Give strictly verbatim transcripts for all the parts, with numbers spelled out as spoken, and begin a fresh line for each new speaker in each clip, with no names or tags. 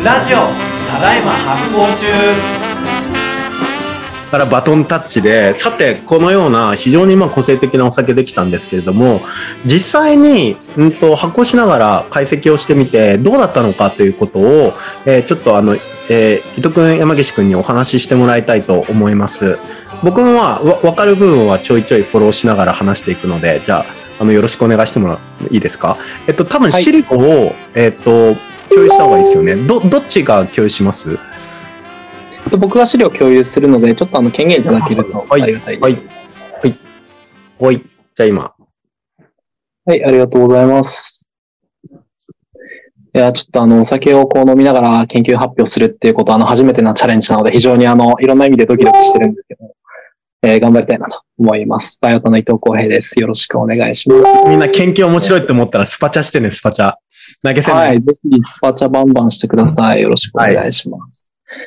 ラジオただいま発行中
からバトンタッチで、さてこのような非常にまあ個性的なお酒できたんですけれども、実際に、うんと発酵しながら解析をしてみてどうだったのかということを、えー、ちょっとあの、えー、伊藤君山岸君にお話ししてもらいたいと思います。僕もまあ分かる部分はちょいちょいフォローしながら話していくので、じゃあ、あのよろしくお願いしてもらいいですか。えっと多分資料を、はい、えっと共有した方がいいですよね。どどっちが共有します？
僕が資料を共有するので、ちょっとあの権限いただけるとありがたいです。
はい。はい。はい。じゃあ今。
はい、ありがとうございます。いや、ちょっとあの、お酒をこう飲みながら研究発表するっていうことは、あの、初めてなチャレンジなので、非常にあの、いろんな意味でドキドキしてるんですけど、えー、頑張りたいなと思います。バイオタの伊藤康平です。よろしくお願いします。
みんな研究面白いって思ったらスパチャしてね、スパチャ。投げ銭。
はい、ぜひスパチャバンバンしてください。よろしくお願いします。はい、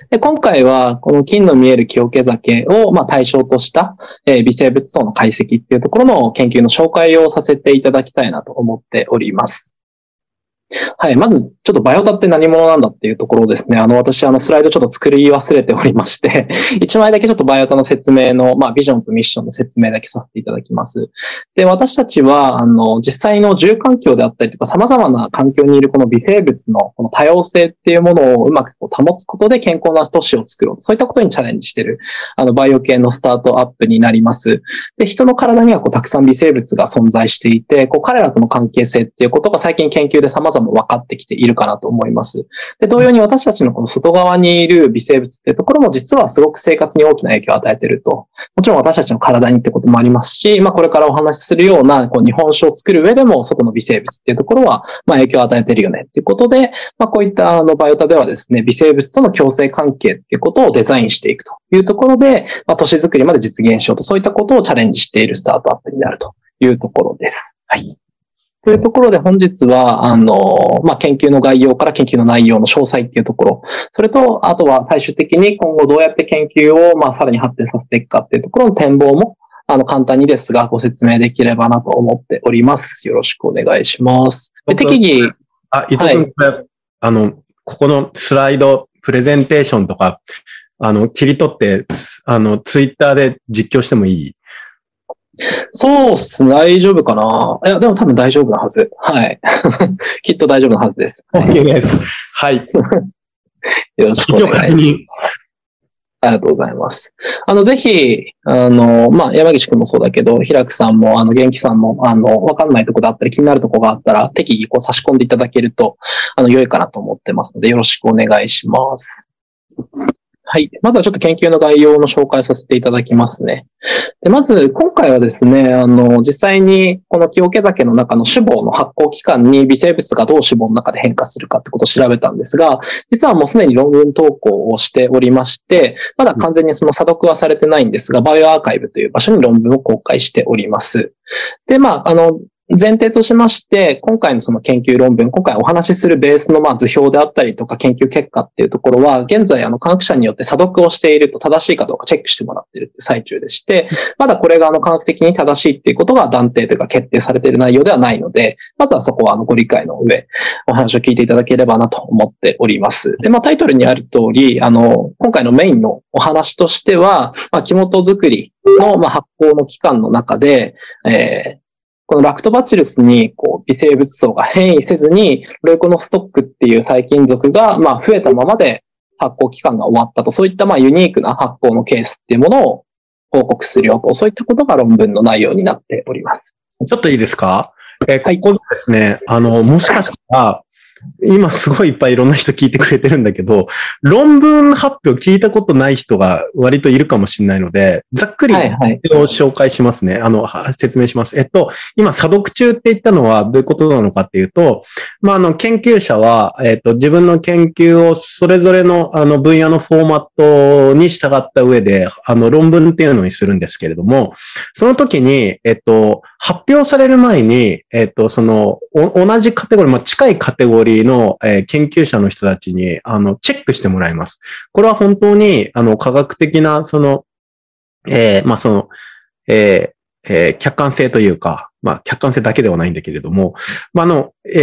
で今回は、この金の見える木桶酒を、まあ、対象とした、えー、微生物層の解析っていうところの研究の紹介をさせていただきたいなと思っております。はい。まず、ちょっとバイオタって何者なんだっていうところですね。あの、私、あの、スライドちょっと作り忘れておりまして、一枚だけちょっとバイオタの説明の、まあ、ビジョンとミッションの説明だけさせていただきます。で、私たちは、あの、実際の住環境であったりとか、様々な環境にいるこの微生物のこの多様性っていうものをうまくこう保つことで健康な都市を作ろうと、そういったことにチャレンジしている、あの、バイオ系のスタートアップになります。で、人の体にはこう、たくさん微生物が存在していて、こう、彼らとの関係性っていうことが最近研究で様々分かってきているかなと思います。で、同様に私たちのこの外側にいる微生物っていうところも実はすごく生活に大きな影響を与えていると。もちろん私たちの体にってこともありますし、まあこれからお話しするようなこう日本酒を作る上でも外の微生物っていうところはまあ影響を与えているよねっていうことで、まあこういったあのバイオタではですね、微生物との共生関係っていうことをデザインしていくというところで、まあ都市づくりまで実現しようと、そういったことをチャレンジしているスタートアップになるというところです。はい。というところで本日は、あの、まあ、研究の概要から研究の内容の詳細っていうところ、それと、あとは最終的に今後どうやって研究を、まあ、さらに発展させていくかっていうところの展望も、あの、簡単にですがご説明できればなと思っております。よろしくお願いします。で適宜。
あ、伊藤君、これ、はい、あの、ここのスライド、プレゼンテーションとか、あの、切り取って、あの、ツイッターで実況してもいい？
そうっす、大丈夫かな。いや、でも多分大丈夫なはず。はい。きっと大丈夫なはずです。
OK です。はい。よ
ろしくお願いします。ありがとうございます。あの、ぜひ、あの、まあ、山岸くんもそうだけど、平久さんも、あの、元気さんも、あの、わかんないところだったり、気になるところがあったら、適宜こう差し込んでいただけると、あの、良いかなと思ってますので、よろしくお願いします。はい。まずはちょっと研究の概要の紹介させていただきますね。でまず、今回はですね、あの、実際にこの木桶酒の中の脂肪の発酵期間に微生物がどう脂肪の中で変化するかってことを調べたんですが、実はもうすでに論文投稿をしておりまして、まだ完全にその査読はされてないんですが、バイオアーカイブという場所に論文を公開しております。で、まあ、あの、前提としまして、今回のその研究論文、今回お話しするベースのまあ図表であったりとか研究結果っていうところは、現在あの科学者によって査読をしていると正しいかどうかチェックしてもらっているって最中でして、まだこれがあの科学的に正しいっていうことが断定というか決定されている内容ではないので、まずはそこはあのご理解の上、お話を聞いていただければなと思っております。で、まあタイトルにある通り、あの、今回のメインのお話としては、まあ木元作りのまあ発酵の期間の中で、えーこのラクトバチルスにこう微生物層が変異せずに、ロイコノストックっていう細菌属がまあ増えたままで発酵期間が終わったと、そういったまあユニークな発酵のケースっていうものを報告するよと、そういったことが論文の内容になっております。
ちょっといいですか？えー、ここでですね、あの、もしかしたら、今すごいいっぱいいろんな人聞いてくれてるんだけど、論文発表聞いたことない人が割といるかもしれないので、ざっくりを紹介しますね。はいはい、あの、説明します。えっと、今、査読中って言ったのはどういうことなのかっていうと、まあ、あの、研究者は、えっと、自分の研究をそれぞれの、あの、分野のフォーマットに従った上で、あの、論文っていうのにするんですけれども、その時に、えっと、発表される前に、えっと、その、同じカテゴリー、まあ、近いカテゴリーの、えー、研究者の人たちに、あの、チェックしてもらいます。これは本当に、あの、科学的な、その、えー、まあ、その、えーえー、客観性というか、まあ、客観性だけではないんだけれども、まあ、あの、えー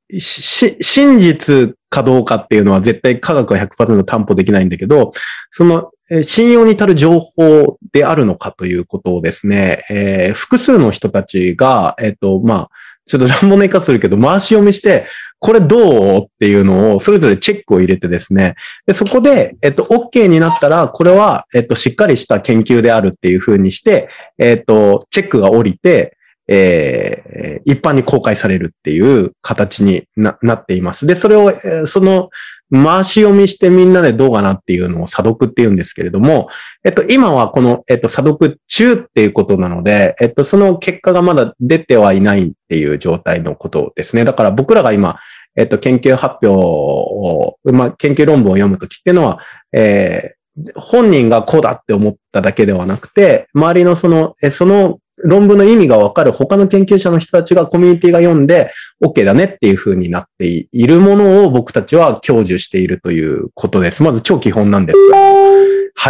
し、真実かどうかっていうのは絶対科学は ひゃくパーセント 担保できないんだけど、その、信用に足る情報であるのかということをですね、えー、複数の人たちが、えっと、まあ、ちょっと乱暴な言い方するけど、回し読みして、これどうっていうのを、それぞれチェックを入れてですね、でそこで、えっと、OK になったら、これは、えっと、しっかりした研究であるっていう風にして、えっと、チェックが降りて、えー、一般に公開されるっていう形に な, なっています。で、それを、えー、その、回し読みしてみんなでどうかなっていうのを査読っていうんですけれども、えっと、今はこの、えっと、査読中っていうことなので、えっと、その結果がまだ出てはいないっていう状態のことですね。だから僕らが今、えっと、研究発表を、まあ、研究論文を読むときっていうのは、えー、本人がこうだって思っただけではなくて、周りのその、え、その、論文の意味がわかる他の研究者の人たちがコミュニティが読んで OK だねっていう風になっているものを僕たちは享受しているということです。まず超基本なんですが。はい。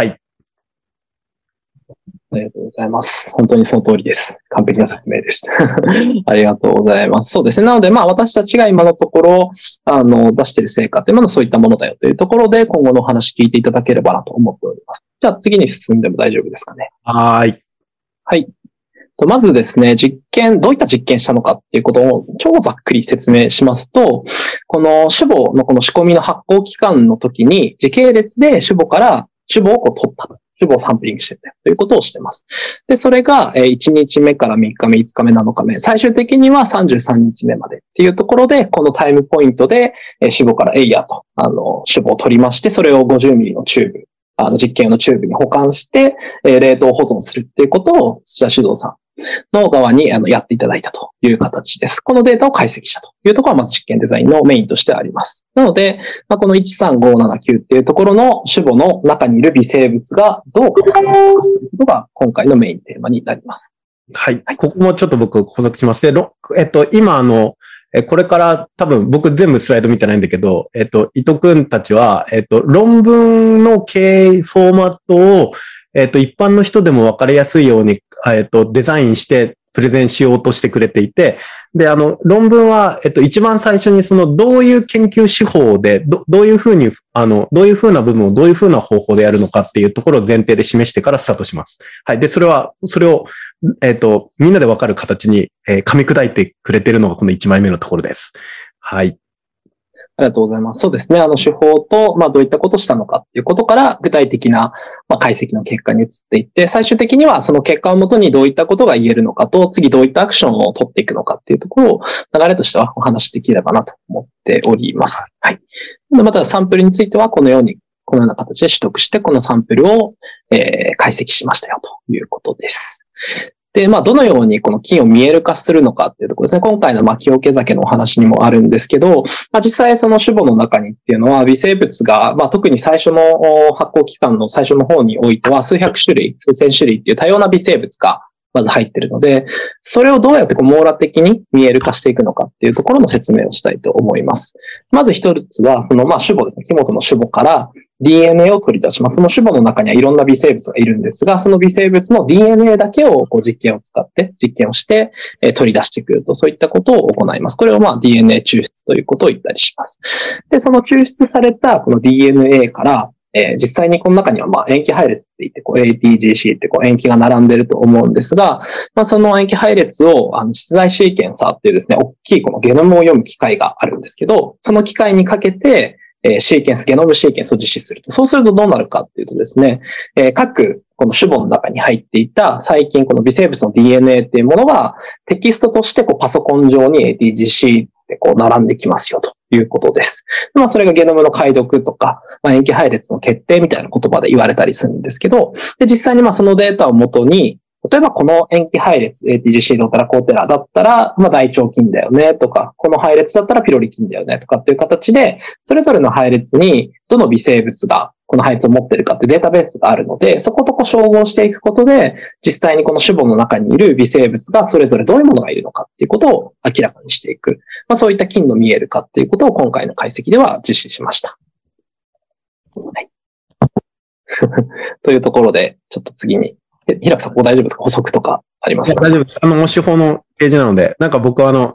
ありがとうございます。本当にその通りです。完璧な説明でした。ありがとうございます。そうですね。なので、まあ私たちが今のところ、あの、出している成果というものはそういったものだよというところで、今後のお話聞いていただければなと思っております。じゃあ次に進んでも大丈夫ですかね。
はい。
はい。まずですね、実験、どういった実験したのかっていうことを超ざっくり説明しますと、この種母のこの仕込みの発酵期間の時に時系列で種母から種母をこう取ったと。種母をサンプリングしてったということをしています。で、それがいちにちめからみっかめ、いつかめ、なのかめ、最終的にはさんじゅうさんにちめまでっていうところで、このタイムポイントで種母からエイヤーと、あの、種母を取りまして、それをごじゅうミリのチューブ、あの実験用のチューブに保管して、冷凍保存するっていうことを土田首藤さんの側にあのやっていただいたという形です。このデータを解析したというところがまず実験デザインのメインとしてあります。なので、まあ、このいちさんごななきゅうっていうところの種母の中にいる微生物がどう関わるのかということが今回のメインテーマになります。
はい。はい、ここもちょっと僕補足します。で、えっと、今あの、これから多分僕全部スライド見てないんだけど、えっと、伊藤くんたちは、えっと、論文の経営フォーマットを、えっと、一般の人でも分かりやすいように、えっと、デザインしてプレゼンしようとしてくれていて、で、あの、論文は、えっと、一番最初にその、どういう研究手法で、ど、どういうふうに、あの、どういうふうな部分をどういうふうな方法でやるのかっていうところを前提で示してからスタートします。はい。で、それは、それを、えっと、みんなで分かる形に、えー、噛み砕いてくれてるのがこのいちまいめのところです。はい。
ありがとうございます。そうですね。あの手法と、まあどういったことをしたのかっていうことから、具体的な、まあ、解析の結果に移っていって、最終的にはその結果をもとにどういったことが言えるのかと、次どういったアクションを取っていくのかっていうところを、流れとしてはお話しできればなと思っております。はい。またサンプルについては、このように、このような形で取得して、このサンプルを、えー、解析しましたよということです。で、まあ、どのようにこの菌を見える化するのかっていうところですね。今回のまあ、木桶酒のお話にもあるんですけど、まあ、実際その種母の中にっていうのは微生物が、まあ、特に最初の発酵期間の最初の方においては数百種類、数千種類っていう多様な微生物がまず入っているので、それをどうやってこう網羅的に見える化していくのかっていうところの説明をしたいと思います。まず一つは、そのまあ種母ですね。木本の種母から ディーエヌエー を取り出します。その種母の中にはいろんな微生物がいるんですが、その微生物の ディーエヌエー だけをこう実験を使って、実験をして、えー、取り出してくると、そういったことを行います。これをまあ ディーエヌエー 抽出ということを言ったりします。で、その抽出されたこの ディーエヌエー から、えー、実際にこの中にはまあ塩基配列って言って、こう エーティージーシー ってこう塩基が並んでると思うんですが、まあその塩基配列をあの出題シーケンサーっていうですね、大きいこのゲノムを読む機械があるんですけど、その機械にかけて、えー、シーケンス、ゲノムシーケンスを実施すると。そうするとどうなるかっていうとですね、えー、各この種母の中に入っていた最近この微生物の ディーエヌエー っていうものがテキストとしてこうパソコン上に エーティージーシー でこう並んできますよということです。まあそれがゲノムの解読とか、まあ、塩基配列の決定みたいな言葉で言われたりするんですけど、で実際にまあそのデータをもとに、例えばこの塩基配列 エーティージーシー ドータラコーテラだったら、まあ大腸菌だよねとか、この配列だったらピロリ菌だよねとかっていう形で、それぞれの配列にどの微生物がこの配列を持っているかってデータベースがあるので、そことこう照合していくことで、実際にこの種母の中にいる微生物がそれぞれどういうものがいるのかっていうことを明らかにしていく。まあそういった菌の見える化っていうことを今回の解析では実施しました。はい。というところで、ちょっと次に。平木さん、ここ大丈夫ですか？補足とかありますか？
大丈夫です。あの、手法のページなので、なんか僕はあの、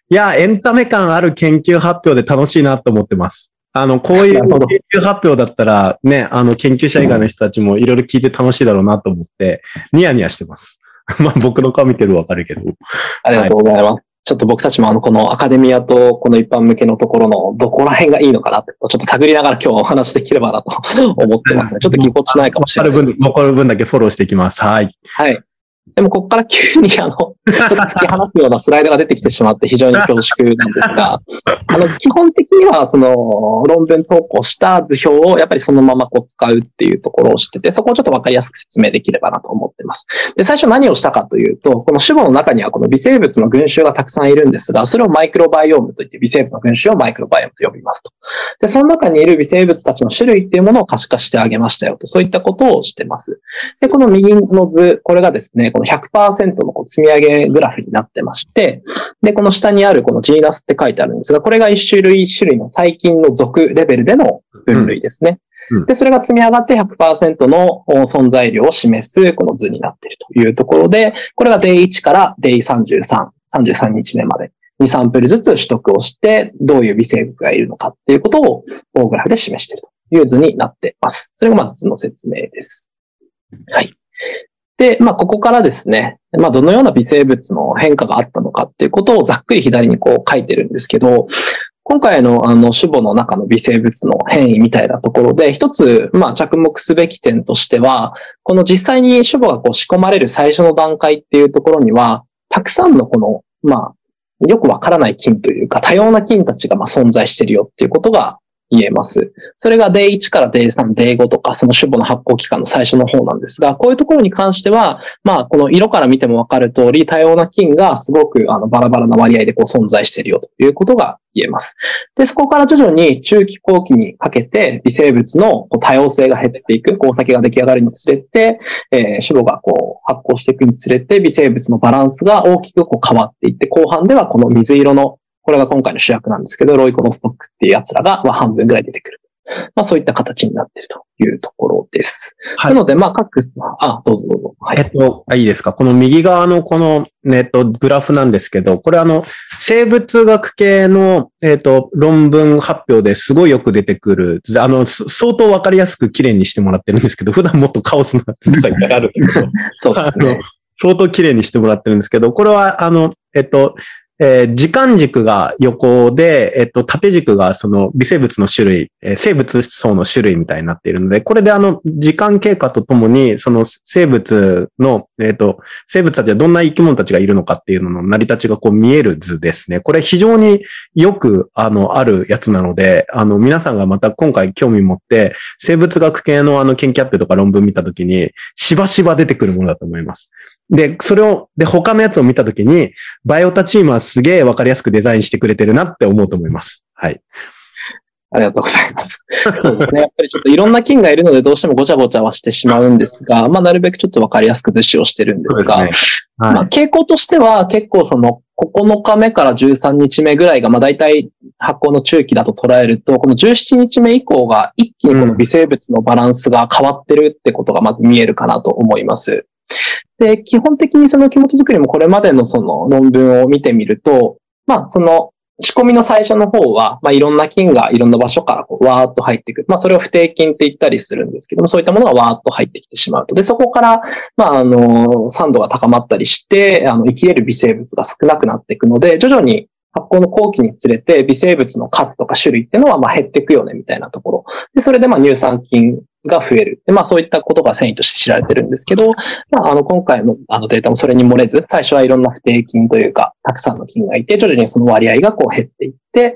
いや、エンタメ感ある研究発表で楽しいなと思ってます。あの、こういう研究発表だったら、ね、あの、研究者以外の人たちもいろいろ聞いて楽しいだろうなと思って、ニヤニヤしてます。まあ、僕の顔見てるわかるけど。
ありがとうございます。はい、ちょっと僕たちもあの、このアカデミアとこの一般向けのところのどこら辺がいいのかなってちょっと探りながら今日はお話できればなと思ってますね。ちょっとぎこちないかもしれない。
残る分だけフォローしていきます。はい。
はい。でも、ここから急に、あの、ちょっと突き放すようなスライドが出てきてしまって非常に恐縮なんですが、あの、基本的には、その、論文投稿した図表をやっぱりそのままこう使うっていうところをしてて、そこをちょっとわかりやすく説明できればなと思ってます。で、最初何をしたかというと、この種母の中にはこの微生物の群衆がたくさんいるんですが、それをマイクロバイオームといって、微生物の群衆をマイクロバイオームと呼びますと。で、その中にいる微生物たちの種類っていうものを可視化してあげましたよと、そういったことをしてます。で、この右の図、これがですね、この ひゃくパーセントのこう積み上げグラフになってまして、で、この下にあるこのジーナスって書いてあるんですが、これが一種類一種類の細菌の属レベルでの分類ですね。うんうん、で、それが積み上がって ひゃくパーセント の存在量を示すこの図になっているというところで、これが デイワン から デイさんじゅうさん、さんじゅうさんにちめまでにサンプルずつ取得をして、どういう微生物がいるのかっていうことを棒グラフで示しているという図になっています。それがまず図の説明です。はい。で、まあ、ここからですね、まあ、どのような微生物の変化があったのかっていうことをざっくり左にこう書いてるんですけど、今回のあの種母の中の微生物の変異みたいなところで、一つ、まあ、着目すべき点としては、この実際に種母がこう仕込まれる最初の段階っていうところには、たくさんのこの、まあ、よくわからない菌というか、多様な菌たちがまあ存在しているよっていうことが言えます。それが デイワン から デイさん、デイファイブ とか、その種母の発酵期間の最初の方なんですが、こういうところに関しては、まあ、この色から見てもわかる通り、多様な菌がすごくあのバラバラな割合でこう存在しているよということが言えます。で、そこから徐々に中期後期にかけて、微生物のこう多様性が減っていく、酵先が出来上がるにつれて、えー、種母がこう発酵していくにつれて、微生物のバランスが大きくこう変わっていって、後半ではこの水色のこれが今回の主役なんですけど、ロイコロストックっていうやつらが、まあ、半分ぐらい出てくる。まあそういった形になっているというところです。はい。なので、まあ各、あ、どうぞどうぞ。はい。
えっと、いいですか。この右側のこの、えっと、グラフなんですけど、これあの、生物学系の、えっと、論文発表ですごいよく出てくる、あの、相当わかりやすく綺麗にしてもらってるんですけど、普段もっとカオスな図とかいっぱいあるんだけど、そうですね。あの、相当綺麗にしてもらってるんですけど、これはあの、えっと、えー、時間軸が横で、えっと、縦軸がその微生物の種類、えー、生物層の種類みたいになっているので、これであの、時間経過とともに、その生物の、えっと、生物たちはどんな生き物たちがいるのかっていうのの成り立ちがこう見える図ですね。これ非常によく、あの、あるやつなので、あの、皆さんがまた今回興味持って、生物学系のあの、研究発表とか論文見たときに、しばしば出てくるものだと思います。で、それを、で、他のやつを見たときに、バイオタチームはすげえわかりやすくデザインしてくれてるなって思うと思います。はい。
ありがとうございます。そうですね。やっぱりちょっといろんな菌がいるのでどうしてもごちゃごちゃはしてしまうんですが、まあなるべくちょっとわかりやすく図示をしてるんですが、すねはい、まあ傾向としては結構そのここのかめからじゅうさんにちめぐらいがまあ大体発酵の中期だと捉えると、このじゅうしちにちめ以降が一気にこの微生物のバランスが変わってるってことがまず見えるかなと思います。で、基本的にその木本作りもこれまでのその論文を見てみると、まあその仕込みの最初の方は、まあいろんな菌がいろんな場所からこうわーっと入ってくる。まあそれを不定菌って言ったりするんですけども、そういったものがわーっと入ってきてしまうと。で、そこから、まああの、酸度が高まったりして、あの、生きれる微生物が少なくなっていくので、徐々に発酵の後期につれて微生物の数とか種類っていうのはまあ減っていくよねみたいなところ。で、それでまあ乳酸菌が増える。で、まあそういったことが遷移として知られてるんですけど、まああの今回のあのデータもそれに漏れず、最初はいろんな不定菌というか、たくさんの菌がいて、徐々にその割合がこう減っていって、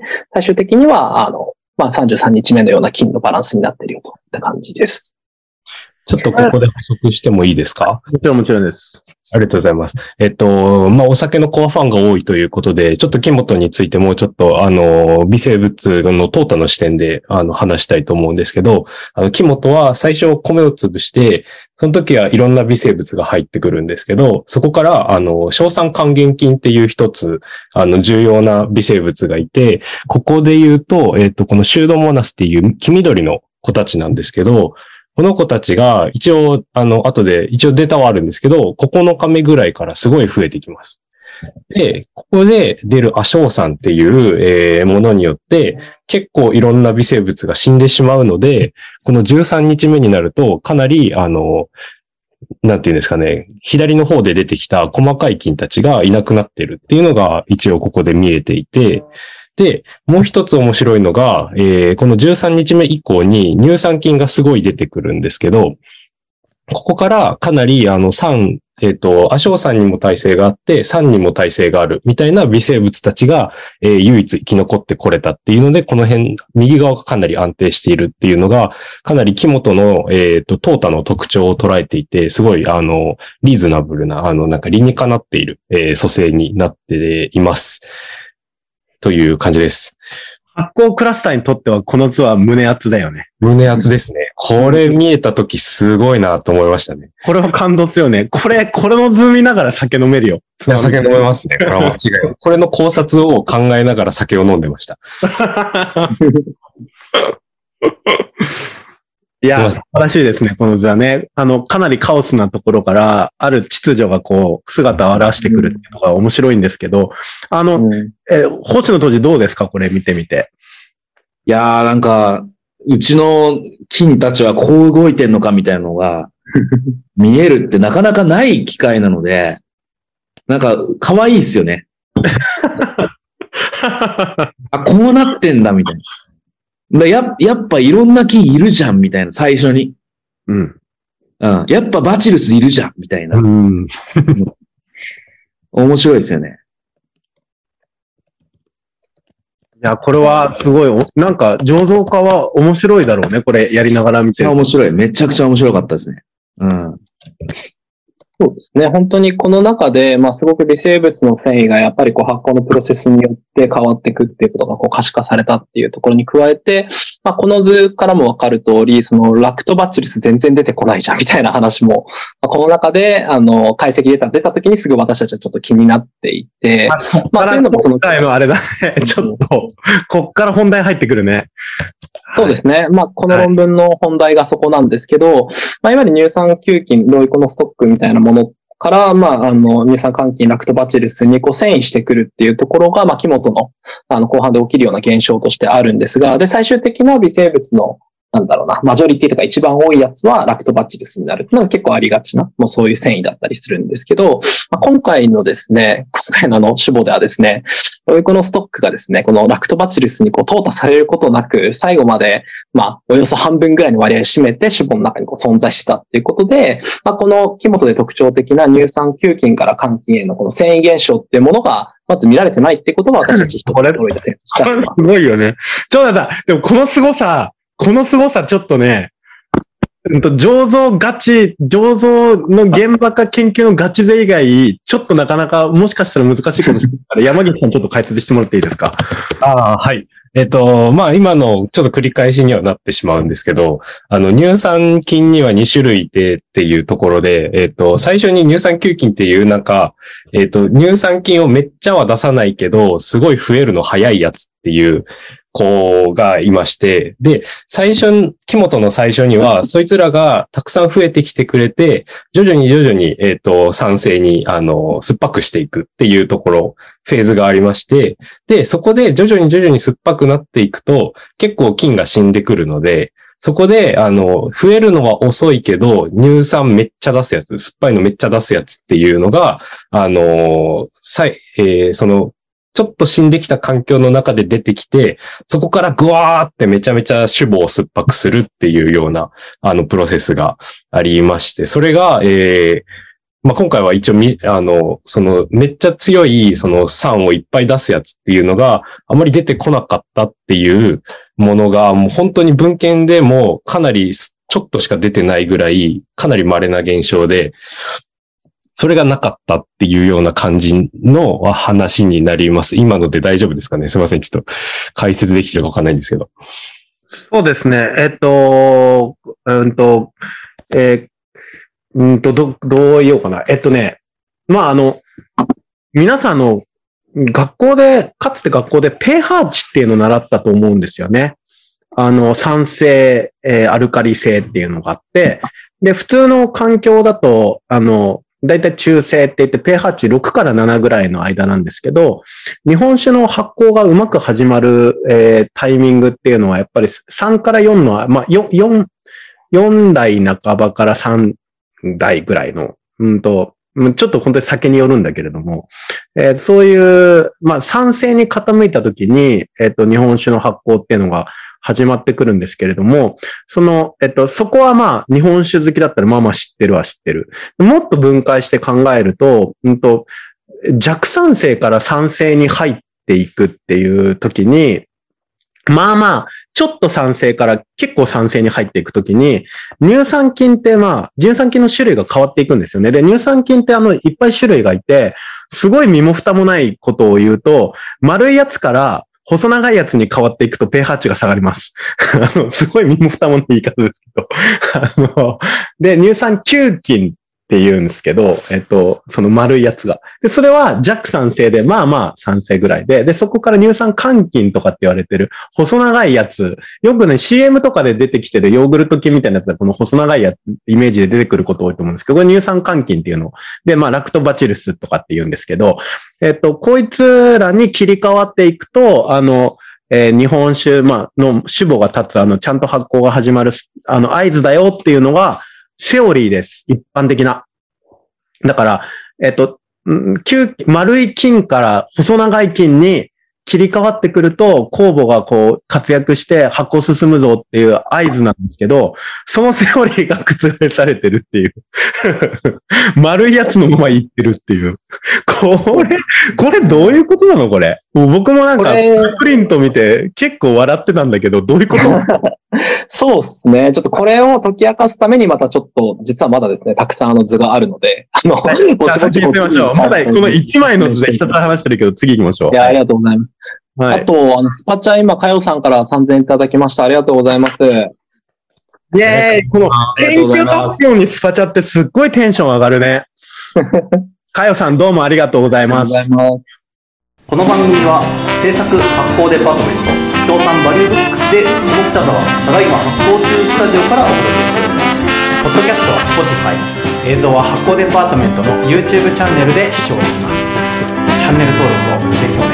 最終的にはあの、まあさんじゅうさんにちめのような菌のバランスになっているよといった感じです。
ちょっとここで補足してもいいですか？
もちろんもちろんです。
ありがとうございます。えっと、まあ、お酒のコアファンが多いということで、ちょっと木本についてもうちょっと、あの、微生物の淘汰の視点で、あの、話したいと思うんですけど、あの、木本は最初米を潰して、その時はいろんな微生物が入ってくるんですけど、そこから、あの、硝酸還元菌っていう一つ、あの、重要な微生物がいて、ここで言うと、えっと、このシュードモナスっていう黄緑の子たちなんですけど、この子たちが一応、あの、後で一応データはあるんですけど、ここのかめぐらいからすごい増えてきます。 で、ここで出る亜硝酸っていう、えー、ものによって、結構いろんな微生物が死んでしまうので、このじゅうさんにちめになると、かなり、あの、なんていうんですかね、左の方で出てきた細かい菌たちがいなくなってるっていうのが一応ここで見えていて、で、もう一つ面白いのが、えー、このじゅうさんにちめ以降に乳酸菌がすごい出てくるんですけど、ここからかなりあの酸、えっと、亜硝酸にも耐性があって、酸にも耐性があるみたいな微生物たちが、えー、唯一生き残ってこれたっていうので、この辺、右側がかなり安定しているっていうのが、かなり木本の、えっと、トータの特徴を捉えていて、すごい、あの、リーズナブルな、あの、なんか理にかなっている、えー、組成になっています。という感じです。
発酵クラスターにとってはこの図は胸熱だよね。
胸熱ですね。これ見えたときすごいなと思いましたね。
これは感動するよね。これ、これの図見ながら酒飲めるよ。
いや、酒飲めますね。これは間違いない。これの考察を考えながら酒を飲んでました。
いや、素晴らしいですね、この図はね。あの、かなりカオスなところから、ある秩序がこう、姿を表してくるっていうのが面白いんですけど、あの、うん、え、星野当時どうですかこれ見てみて。
いやー、なんか、うちの菌たちはこう動いてんのかみたいなのが、見えるってなかなかない機会なので、なんか、可愛いっすよね。あ、こうなってんだ、みたいな。だや、やっぱいろんな菌いるじゃん、みたいな、最初に。
うん。
うん。やっぱバチルスいるじゃん、みたいな。
うん。
面白いですよね。
いや、これはすごい、なんか、醸造家は面白いだろうね、これやりながら見てる。
面白い。めちゃくちゃ面白かったですね。うん。
そうですね。本当にこの中で、まあすごく微生物の繊維がやっぱりこう発酵のプロセスによって変わっていくっていうことがこう可視化されたっていうところに加えて、まあこの図からもわかる通り、そのラクトバチルス全然出てこないじゃんみたいな話も、まあ、この中であの解析データ出た時にすぐ私たちはちょっと気になっていて、
まあそういうのもその今回のあれだね。ちょっと、こっから本題入ってくるね。
そうですね。まあ、この論文の本題がそこなんですけど、はい、まあ、いわゆる乳酸球菌、ロイコのストックみたいなものから、まあ、あの、乳酸換菌、ラクトバチルスにこう遷移してくるっていうところが、まあ、木本の、あの、後半で起きるような現象としてあるんですが、で、最終的な微生物の、なんだろうな、マジョリティとか一番多いやつはラクトバチルスになるっていうのが結構ありがちな、もうそういう繊維だったりするんですけど、まあ、今回のですね、今回のあの、主母ではですね、このストックがですね、このラクトバチルスにこう淘汰されることなく、最後まで、まあ、およそ半分ぐらいの割合を占めて主母の中にこう存在したっていうことで、まあ、この木本で特徴的な乳酸球菌から肝菌へのこの繊維現象っていうものが、まず見られてないっていうことが私たち一つ驚いた点とした。
これすごいよね。ちょっとさ、でもこの凄さ、この凄さちょっとね、うんと、醸造ガチ、醸造の現場か研究のガチ勢以外、ちょっとなかなかもしかしたら難しいかもしれないから、山岸さんちょっと解説してもらっていいですか？
ああ、はい。えっと、まあ、今のちょっと繰り返しにはなってしまうんですけど、あの、乳酸菌にはにしゅるいでっていうところで、えっと、最初に乳酸球菌っていうなんか、えっと、乳酸菌をめっちゃは出さないけど、すごい増えるの早いやつっていう、子がいまして、で、最初、木本の最初には、そいつらがたくさん増えてきてくれて、徐々に徐々に、えっと、酸性に、あの、酸っぱくしていくっていうところ、フェーズがありまして、で、そこで徐々に徐々に酸っぱくなっていくと、結構菌が死んでくるので、そこで、あの、増えるのは遅いけど、乳酸めっちゃ出すやつ、酸っぱいのめっちゃ出すやつっていうのが、あの、さい、えー、その、ちょっと死んできた環境の中で出てきて、そこからグワーってめちゃめちゃ主母を酸っぱくするっていうような、あの、プロセスがありまして、それが、えー、まあ、今回は一応み、あの、その、めっちゃ強い、その酸をいっぱい出すやつっていうのがあまり出てこなかったっていうものが、もう本当に文献でもかなりちょっとしか出てないぐらい、かなり稀な現象で、それがなかったっていうような感じの話になります。今ので大丈夫ですかね？すいません。ちょっと解説できてるかわかんないんですけど。
そうですね。えっと、うんと、えー、うんと、ど、どう言おうかな。えっとね、まあ、あの、皆さんの学校で、かつて学校で pH 値っていうのを習ったと思うんですよね。あの、酸性、えー、アルカリ性っていうのがあって、で、普通の環境だと、あの、 だいたい中性って言って pH 値ろくからななぐらいの間なんですけど、日本酒の発酵がうまく始まる、えー、タイミングっていうのはやっぱりさんからよんの、まあ、よん、よん、よん代半ばからさん代ぐらいの、うんと、ちょっと本当に酒によるんだけれども、えー、そういう、まあ、酸性に傾いた時に、えっと、日本酒の発酵っていうのが始まってくるんですけれども、その、えっと、そこはまあ、日本酒好きだったらまあまあ知ってるは知ってる。もっと分解して考えると、うんと、弱酸性から酸性に入っていくっていう時に、まあまあ、ちょっと酸性から結構酸性に入っていくときに、乳酸菌ってまあ、乳酸菌の種類が変わっていくんですよね。で、乳酸菌ってあの、いっぱい種類がいて、すごい身も蓋もないことを言うと、丸いやつから細長いやつに変わっていくと pH 値が下がります。あの、すごい身も蓋もない言い方ですけど。あの、で、乳酸球菌って言うんですけど、えっと、その丸いやつが。で、それは弱酸性で、まあまあ酸性ぐらいで、で、そこから乳酸桿菌とかって言われてる細長いやつ、よくね、シーエム とかで出てきてるヨーグルト菌みたいなやつで、この細長いやつ、イメージで出てくること多いと思うんですけど、これ乳酸桿菌っていうので、まあラクトバチルスとかって言うんですけど、えっと、こいつらに切り替わっていくと、あの、えー、日本酒、まあ、の酒母が立つ、あの、ちゃんと発酵が始まる、あの、合図だよっていうのが、セオリーです。一般的な。だから、えっと、丸い菌から細長い菌に切り替わってくると、酵母がこう活躍して発酵進むぞっていう合図なんですけど、そのセオリーが覆されてるっていう。丸いやつのままいってるっていう。これ、これどういうことなのこれ。もう僕もなんか、プリント見て結構笑ってたんだけど、どういうこと
そうですね。ちょっとこれを解き明かすためにまたちょっと、実はまだですね、たくさんあの図があるので、あの、
はい、じゃあ先行きましょう。まだこのいちまいの図でひたすら話してるけど、次行きましょう。
いや、ありがとうございます。はい、あと、あの、スパチャ今、かよさんからさんぜんえんいただきました。ありがとうございます。イェ
ーイこの、研究発表にスパチャってすっごいテンション上がるね。かよさんどうもありがとうございます。
ありがとうございます。
この番組は、制作発行デパートメント、協賛バリューブックスで下北沢、ただいま発行中スタジオからお届けしております。ポッドキャストは Spotify、映像は発行デパートメントの YouTube チャンネルで視聴できます。チャンネル登録をぜひお願いします。